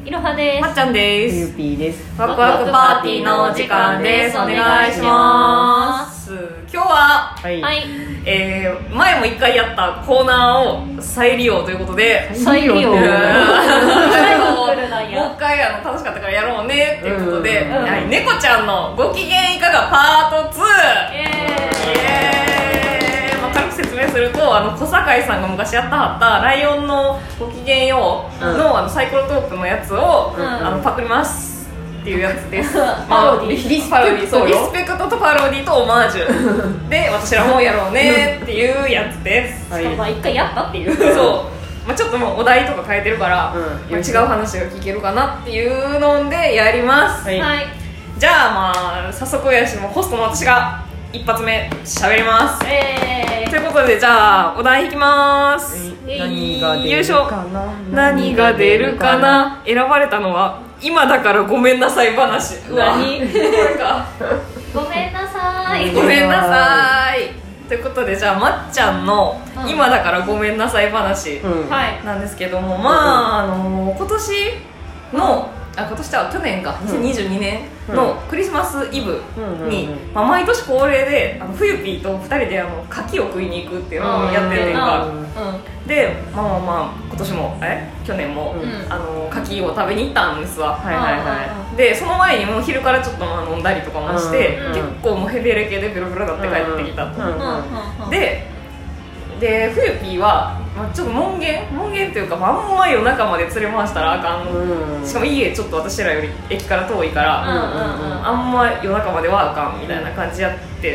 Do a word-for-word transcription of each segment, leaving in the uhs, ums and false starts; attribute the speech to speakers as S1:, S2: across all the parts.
S1: いろはです。
S2: まっちゃんで
S3: ゆ
S2: す。
S3: うぴーです。
S2: ワクワクパーティーのお時間です。お願いします。今日は、
S3: はい、
S1: はい、
S2: えー、前も一回やったコーナーを再利用ということで、
S1: 再利用
S2: もう一
S1: 来るなんや
S2: 回あの楽しかったからやろうねっていうことで、
S1: うんうん
S2: はい、猫ちゃんのご機嫌いかがパートツー。
S1: イエーイ。
S2: イエーイ。まあ、軽く説明すると、あの小堺さんが昔やったはったライオンのご機嫌ようの、うん、あのサイコロトークのやつを、うん、あのパクりますっていうやつです。
S1: パロディ、
S2: リスパロディ、そう、リスペクトとパロディとオマージュで私らもやろうねっていうやつです。
S1: しかもまあ一回やったっていう。
S2: そう、まあ、ちょっともうお題とか変えてるから、うんまあ、違う話が聞けるかなっていうのでやります。
S1: はい、
S2: じゃあまあ早速やしもホストの私が一発目喋ります。
S1: えー、
S2: ということでじゃあお題いきます。
S3: 何が出るかな。
S2: 何が出るかな。選ばれたのは今だからごめんなさい話。
S1: 何？
S2: これか。
S1: ごめんなさい。
S2: ごめんなさい。ということでじゃあまっちゃんの今だからごめんなさい話なんですけども、うん、まああの今年のあ今年は去年かにせんにじゅうにねんのクリスマスイブに、まあ、毎年恒例であの冬ピーとふたりであの牡蠣を食いに行くっていうのをやってるねんか、うんうん、でまあまあまあ今年もえ去年も、うん、あの牡蠣を食べに行ったんですわ、はいはいはい、でその前にもう昼からちょっと飲んだりとかもして、うん、結構もうヘベレ系でベロベロだって帰ってきたと、うんうん、でで冬ピーは、まあ、ちょっと門限門限っていうか、まあ、あんま夜中まで連れ回したらあかん、うん、しかも家ちょっと私らより駅から遠いから、うんうんうん、あんま夜中まではあかんみたいな感じやって、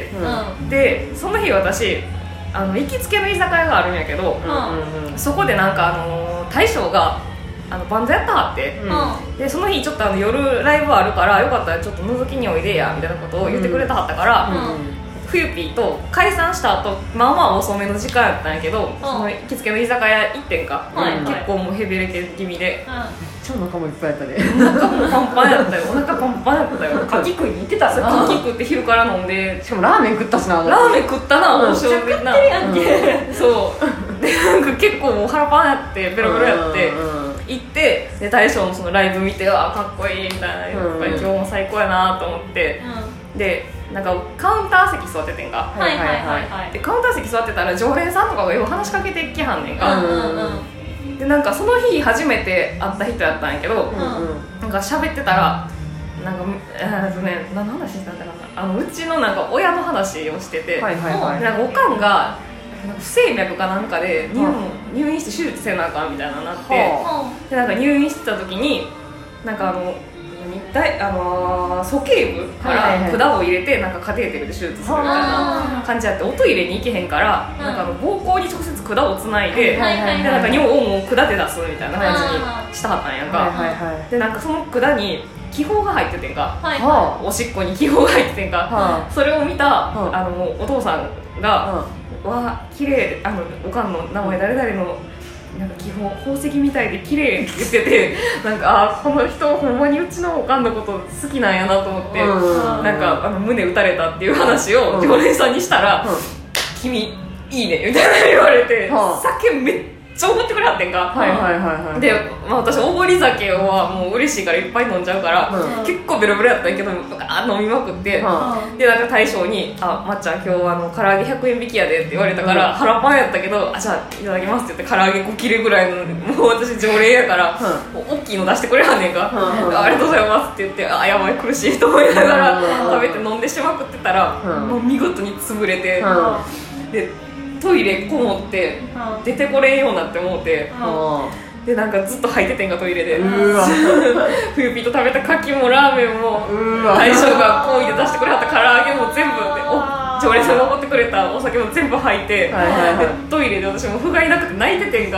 S2: うん、でその日私あの行きつけの居酒屋があるんやけど、うんうん、そこでなんかあの大将があのバンドやったはって、うん、でその日ちょっとあの夜ライブあるからよかったらちょっと覗きにおいでやみたいなことを言ってくれたはったから、うんうん冬ピーと解散した後まあまあ遅めの時間やったんやけど、うん、その行きつけの居酒屋行ってんか、はいはい、結構もうヘビレケ気味で、
S3: うん、超お腹もいっぱいやったね。
S2: お腹もパンパンやったよ。お腹パンパンやったよ。
S1: 牡蠣食いに行ってたな。
S2: 牡蠣食って昼から飲んで、
S3: しかもラーメン食ったしな。
S2: ラーメン食ったな。
S1: めっちゃ食ってるやんけ、
S2: うん、そうでなんか結構もう腹パンやってベロベロやって、うんうん、行ってで大将のそのライブ見てあかっこいいみたいな、やっぱり今日も最高やなと思って、うん、でなんかカウンター席座っててんか、
S1: はいはいはいはい、
S2: でカウンター席座ってたら常連さんとかがよく話しかけてきはんねんか、うんうんうん、でなんかその日初めて会った人やったんやけど、うんうん、なんか喋ってたらなんかえっとね何の話してたんだかな、あのうちのなんか親の話をしてて、はいはいはい、なんかおかんがなんか不整脈かなんかで入院、うん、入院して手術せなあかんみたいなのになって、はあ、でなんか入院してた時になんかあのあのー、鼠径部から管を入れてなんかカテーテルで手術するみたいな感じやって、おトイレに行けへんから、うん、なんかあの膀胱に直接管をつないで、はいはいはい、でなんか尿をもう管で出すみたいな感じにしたはったんやんか、はいはいはい、でなんかその管に気泡が入っててんか、はいはい、おしっこに気泡が入っててんか、はい、それを見た、はい、あのお父さんが、うん、わー綺麗あのおかんの名前誰々のなんか基本宝石みたいで綺麗って言っててなんかあこの人ほんまにうちのおかんのこと好きなんやなと思って、うん、なんかあの胸打たれたっていう話を常連さんにしたら、うん、君いいねみたいな言われて、うん、酒めっちゃおごってくれはってんか、はいはいはいはい、で、まあ、私おごり酒はもう嬉しいからいっぱい飲んじゃうから、うん、結構ベロベロやったんやけどあ飲みまくって、うん、でなんか大将にあまっちゃん今日あの唐揚げひゃくえん引きやでって言われたから、うん、腹パンやったけどあじゃあいただきますって言って唐揚げご切れぐらいのもう私常連やから、うん、大きいの出してくれはんねんか、うん、ありがとうございますって言ってあやばい苦しいと思いながら、うん、食べて飲んでしまくってたら、うん、もう見事に潰れて、うん、でトイレこもって出てこれんようになって思って、うん、でなんかずっと吐いててんかトイレでうわ冬ピーと食べた牡蠣もラーメンも大将が好意で出してくれはった唐揚げも全部でお常連さんが持ってくれたお酒も全部吐いて、はいはいはい、でトイレで私も不甲斐なくて泣いててんか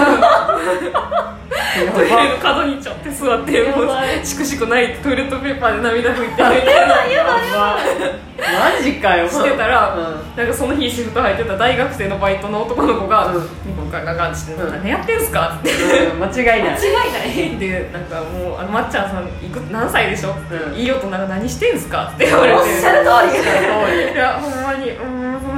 S2: トイレの角にちょって座ってもうしくしく泣いてトイレットペーパーで涙拭いてやばいやばいやば
S3: いマジかよ
S2: してたら、うん、なんかその日シフト入ってた大学生のバイトの男の子が「ニコンガガガン」って「何やってんすか?」って、
S3: うん、間違いない
S2: 間違いないでなんかもうあのまっちゃんさんいく何歳でしょ、うん、いい大人が何してんすかって言われておっしゃる通りいやほんまにうんその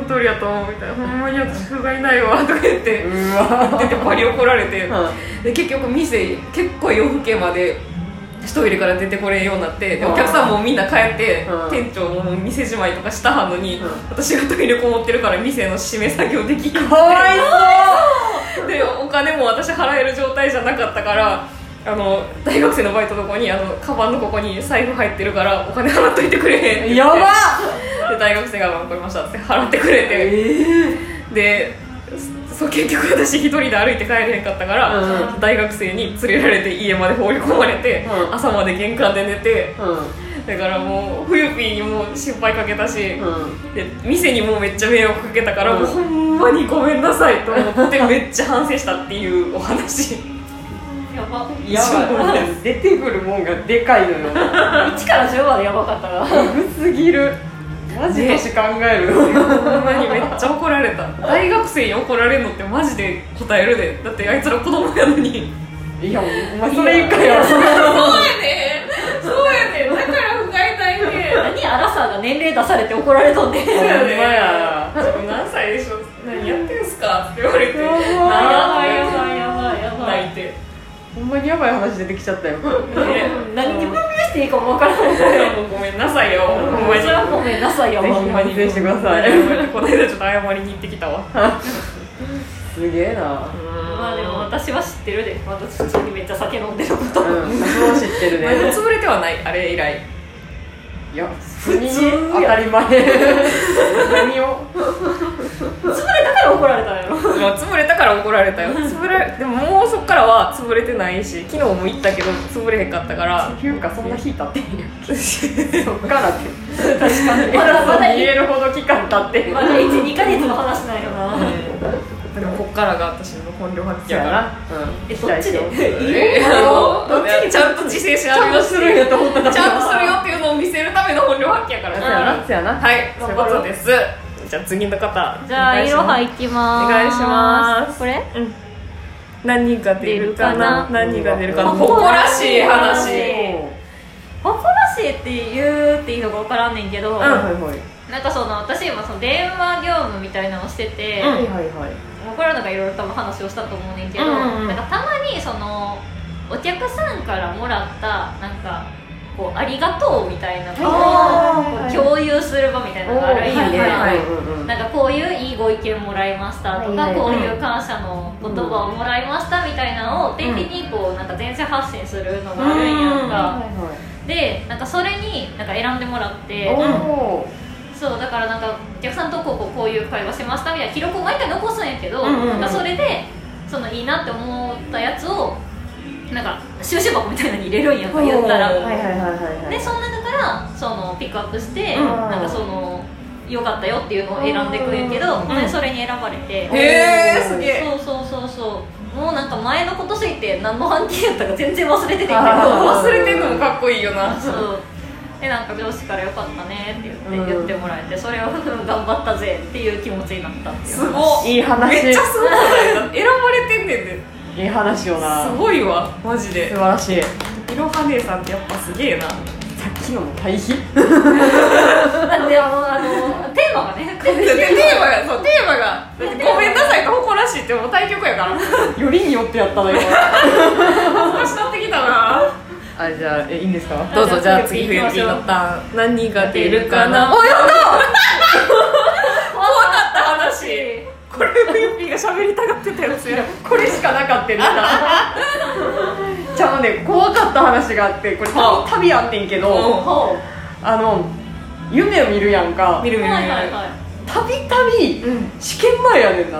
S2: 通りやと思うみたいな、ほんまに私不甲斐ないわとか言って
S3: うわ
S2: 言っててバリ怒られて、
S3: うん
S2: で結局店結構夜更けまでトイレから出てこれんようになって、で
S3: うん
S2: お客さんもみんな帰って、
S3: うん
S2: 店長も店じまいとかしたはんのに、
S3: うん
S2: 私がトイレこもってるから店の閉め作業できなくて、
S3: かわいそ
S2: でお金も私払える状態じゃなかったから、あの大学生のバイトの子にあのカバンのここに財布入ってるからお金払っといてくれへんって言って
S3: やばっ
S2: で大学生が分かりましたって払ってくれて、
S3: え
S2: でそう結局私一人で歩いて帰れへんかったから、
S3: うん
S2: 大学生に連れられて家まで放り込まれて、
S3: うん
S2: 朝まで玄関で寝て、
S3: ー、うん
S2: だからもう冬ピーにも心配かけたし、
S3: うん
S2: で店にもめっちゃ迷惑かけたから、
S3: うん
S2: もうほんまにごめんなさいと思ってめっちゃ反省したっていうお話
S1: やば
S3: やばい出てくるもんがでかいのよ
S1: いちからじゅうまでやばかったから
S3: えぐすぎるマジ年考える、
S2: ほんまにめっちゃ怒られた。大学生に怒られるのってマジで答えるで、だってあいつら子供やのに。
S3: いやお前それ言うかよ
S2: そうやねそうやねだから不甲斐ないね
S1: 何アラサーが年齢出されて怒られとんねん
S3: ほんまや
S2: 自分何歳でしょ、何やってんすかって言われて、
S3: やばい
S1: やばいやばいやばいやばい
S2: 泣いて、
S3: ほんまにやばい話出てきちゃったよ
S2: ね、
S1: 何に分類していいかも分からない
S2: もうごめんなさいよ、ほんまに
S1: それはごめんなさいよ
S3: ぜひ
S1: ほんまに
S3: 反省してください
S2: この間ちょっと謝りに行ってきたわ。
S3: すげえな
S1: まあでも私は知ってるで、私普通にめっちゃ酒飲んでること、
S3: うん私も知ってる
S2: まあでも
S3: ね
S2: 潰れてはない、あれ以来。
S3: いや普通に当たり前何を
S1: 潰れたから怒られたんやろ
S2: まあ潰れたから怒られたよ。潰れでももうそっからは潰れてないし、昨日も行ったけど潰れへんかったから
S3: っていうかそんな日経ってんやそっからって
S1: 確かにま
S3: まだ
S1: だまだ
S3: 言えるほど期間経ってん
S1: まだいち、にかげつの話なんよな、
S2: でもこっからが私の本領発揮やから。
S3: そうやな
S1: えどっちで
S2: えーあの
S1: どっちで
S2: ちゃんと自制し
S3: ちゃんとするんやと思った
S2: ちゃんとするよっていうのを見せるための本領発揮やから。
S3: そうやなそうやな
S2: はい、そういうことです。じゃあ次の方。
S1: じゃあいろは行きまーす。
S2: お願いします
S1: これ
S2: うん。何が出るかな。
S1: 出るかな
S2: 何が出るかな。
S1: うん
S2: 誇らしい話。
S1: 誇らしいって言うっていいのか分からんねんけど、
S2: ん
S3: はいはいはい
S1: なんかその私今その電話業務みたいなのをしてて、
S2: うん
S3: はいはいはい
S1: もうこれはなんかいろいろ多分話をしたと思うねんけど、
S2: うんうんうん
S1: なんかたまにそのお客さんからもらったなんかこうありがとうみたいなの
S3: あー
S1: を共有する場みたいなのがあるんやんか、
S2: はいはい
S1: なんかこういういいご意見もらいましたとか、
S3: はいはい
S1: こういう感謝の言葉をもらいましたみたいなのを定期的にこうなんか全社発信するのがあるんやんか、でなんかそれになんか選んでもらって、
S3: お
S1: そうだからなんかお客さんとこうこうこういう会話しましたみたいな記録を毎回残すんやけど、
S2: うんうんうん
S1: なんかそれでそのいいなって思ったやつをなんか収集箱みたいなのに入れるんやんか、言ったら、
S2: おー
S3: はいはいはいはいはい
S1: でその中からそのピックアップして、
S2: うん
S1: なんかその良かったよっていうのを選んでくれんけど、
S2: うん
S1: でそれに選ばれて、
S2: へーすげえ。
S1: そうそうそうそうもうなんか前のことすぎて何の判定やったか全然忘れててんけど
S3: あ
S2: 忘れてんのもかっこいいよな。
S1: そうでなんか上司から良かったねって言って、
S3: うん
S1: 言ってもらえてそれを頑張ったぜっていう気持ちになったっていう
S2: すごい。
S3: いい話
S2: めっちゃすごいことだよ。選ばれてんねんで。
S3: いい話よな
S2: すごいわ、マジ
S3: 素
S2: で。
S3: 晴らしい
S2: いろは姉さんってやっぱすげえな。
S3: さっきのも対比
S1: なんであのあのテーマがね
S2: でテーマがそうテーマがだってごめんなさいと誇らしいってもう対局やから。
S3: よりによってやったの今
S2: 恥ずかしなってきたな。
S3: あじゃあえいいんですか
S2: どうぞじゃあ次冬ピーのターン。何が出るかな。おやった。怖かった話。これ冬ピーが喋りたがってたやつや。
S3: これしかなかったんだじゃあね怖かった話があってこれ
S2: はあ
S3: 旅あってんけど
S1: ほ
S3: あの夢を見るやんか
S2: 見る見る見る。
S1: はいはいはい
S3: たびたび
S2: うん。
S3: 試験前やねんなあ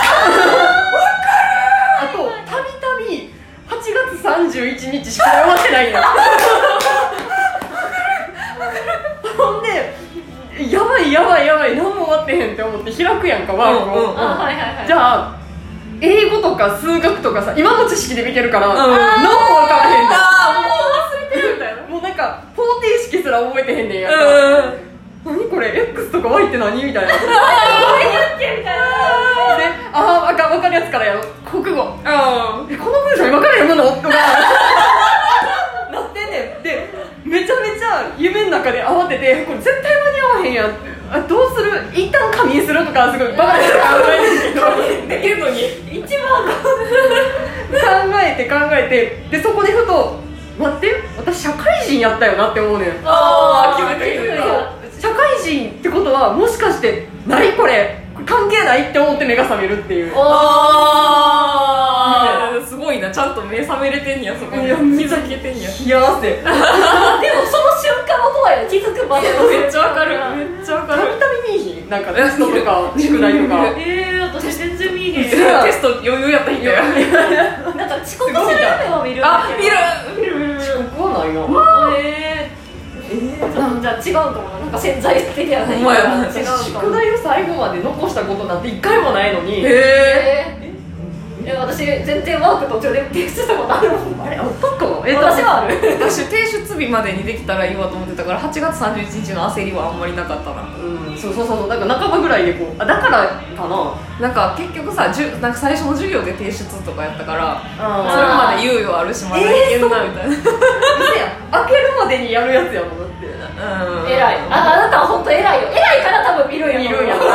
S3: とたびたびはちがつさんじゅういちにちしか終わってないんやほんでやばいやばいやばい何も終わってへんって思って開くやんかワークを、
S2: うんうん
S1: あはいはいはい
S3: じゃあ英語とか数学とかさ今の知識で見てるから、
S2: ん
S3: 何も分からへんねん
S2: ああもう忘れてるんだよ。
S3: もうなんか方程式すら覚えてへんねんやんか、
S2: うん。
S3: 何これ X とか Y って何みたいなで
S1: みたいな
S3: ああ分か分かるやつからやろ国語
S2: あ
S3: えこの文章今から読むのとかなってんねんでめちゃめちゃ夢の中で慌ててこれ絶対間に合わへんやんってあどうする一旦仮眠するとかすごいバカな考えるけど
S2: できるのに
S1: 一番
S3: 考えて考えてでそこでふと待って私社会人やったよなって思うねん。
S2: ああ決めた決めた
S3: 社会人ってことはもしかして何これ関係ないって思って目が覚めるっていう。
S2: ああすごいな、ちゃんと目覚めれてんやそこに。
S3: いや
S2: 気づけてんや。
S3: 冷や汗
S1: でもその瞬間も怖いよ、気づくまでの
S2: めっちゃわかるめっちゃわかる。
S3: たびたび見えひんなんかテストとか宿題とか。
S1: えー、私全然見えへん。
S2: テスト余裕やった人や。
S1: なんか遅刻する夢を見るんだ
S2: あ
S1: けど。
S2: 見る見る見る。
S3: 遅刻はないな。
S1: えー、えー、じゃあ違うかもな、なんか潜在的やない
S2: ほんまやな
S1: 違うかも。
S3: 宿題を最後まで残したことなんて一回もないのに。
S2: へえ。
S1: えーえ私全然ワーク途中で提出したことあるもん。
S3: あれあったかな。え
S1: 私はある。
S2: 私提出日までにできたらいいわと思ってたからはちがつさんじゅういちにちの焦りはあんまりなかったな。
S3: うんそうそうそうそうだから半ばぐらいでこうあだからかな。
S2: なんか結局さじゅなんか最初の授業で提出とかやったからそれ
S3: あ
S2: まで猶予あるしまだいけんなみたいな。
S3: ー嘘や開けるまでにやるやつやもんだって。
S2: うん
S1: 偉い。あ、あなたは本当偉いよ。偉いから多分見るんやと思う。
S3: 見るんや
S1: だ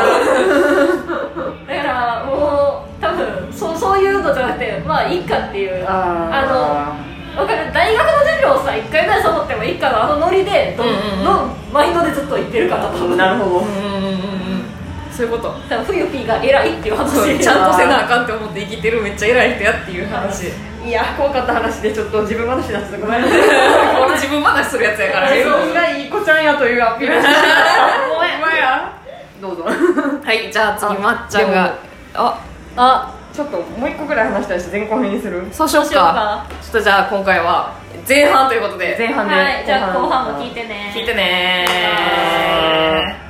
S1: からもう多分そうそういうのじゃなくてまあいいかっていう。あのわかる、大学の授業をさいっかいぐらいサボってもいいかなあのノリでどん
S2: うんうんうん
S1: のマインドでずっと言ってるから多分。
S3: なるほど。
S2: うんうんうんうんそういうこと
S1: 多分冬ピーが偉いっていう話。
S2: そうちゃんとせなあかんって思って生きてるめっちゃ偉い人やっていう話。
S3: いや怖かった話でちょっと自分話になっちゃったごめんなさい。
S2: 俺自分話するやつやから
S3: 自分がいい子ちゃんやというアピールして
S2: ごめんごめんや。
S3: どうぞ。
S2: はいじゃあ次まっちゃんがあ
S1: あ、
S3: ちょっともう一個ぐらい話したりして前後編にする。
S2: そうしよう
S1: そうしよう
S2: か
S1: か。
S2: ちょっとじゃあ今回は前半ということで
S3: 前半で。
S1: はい、じゃあ後半も聞いてね。
S2: 聞いてねー。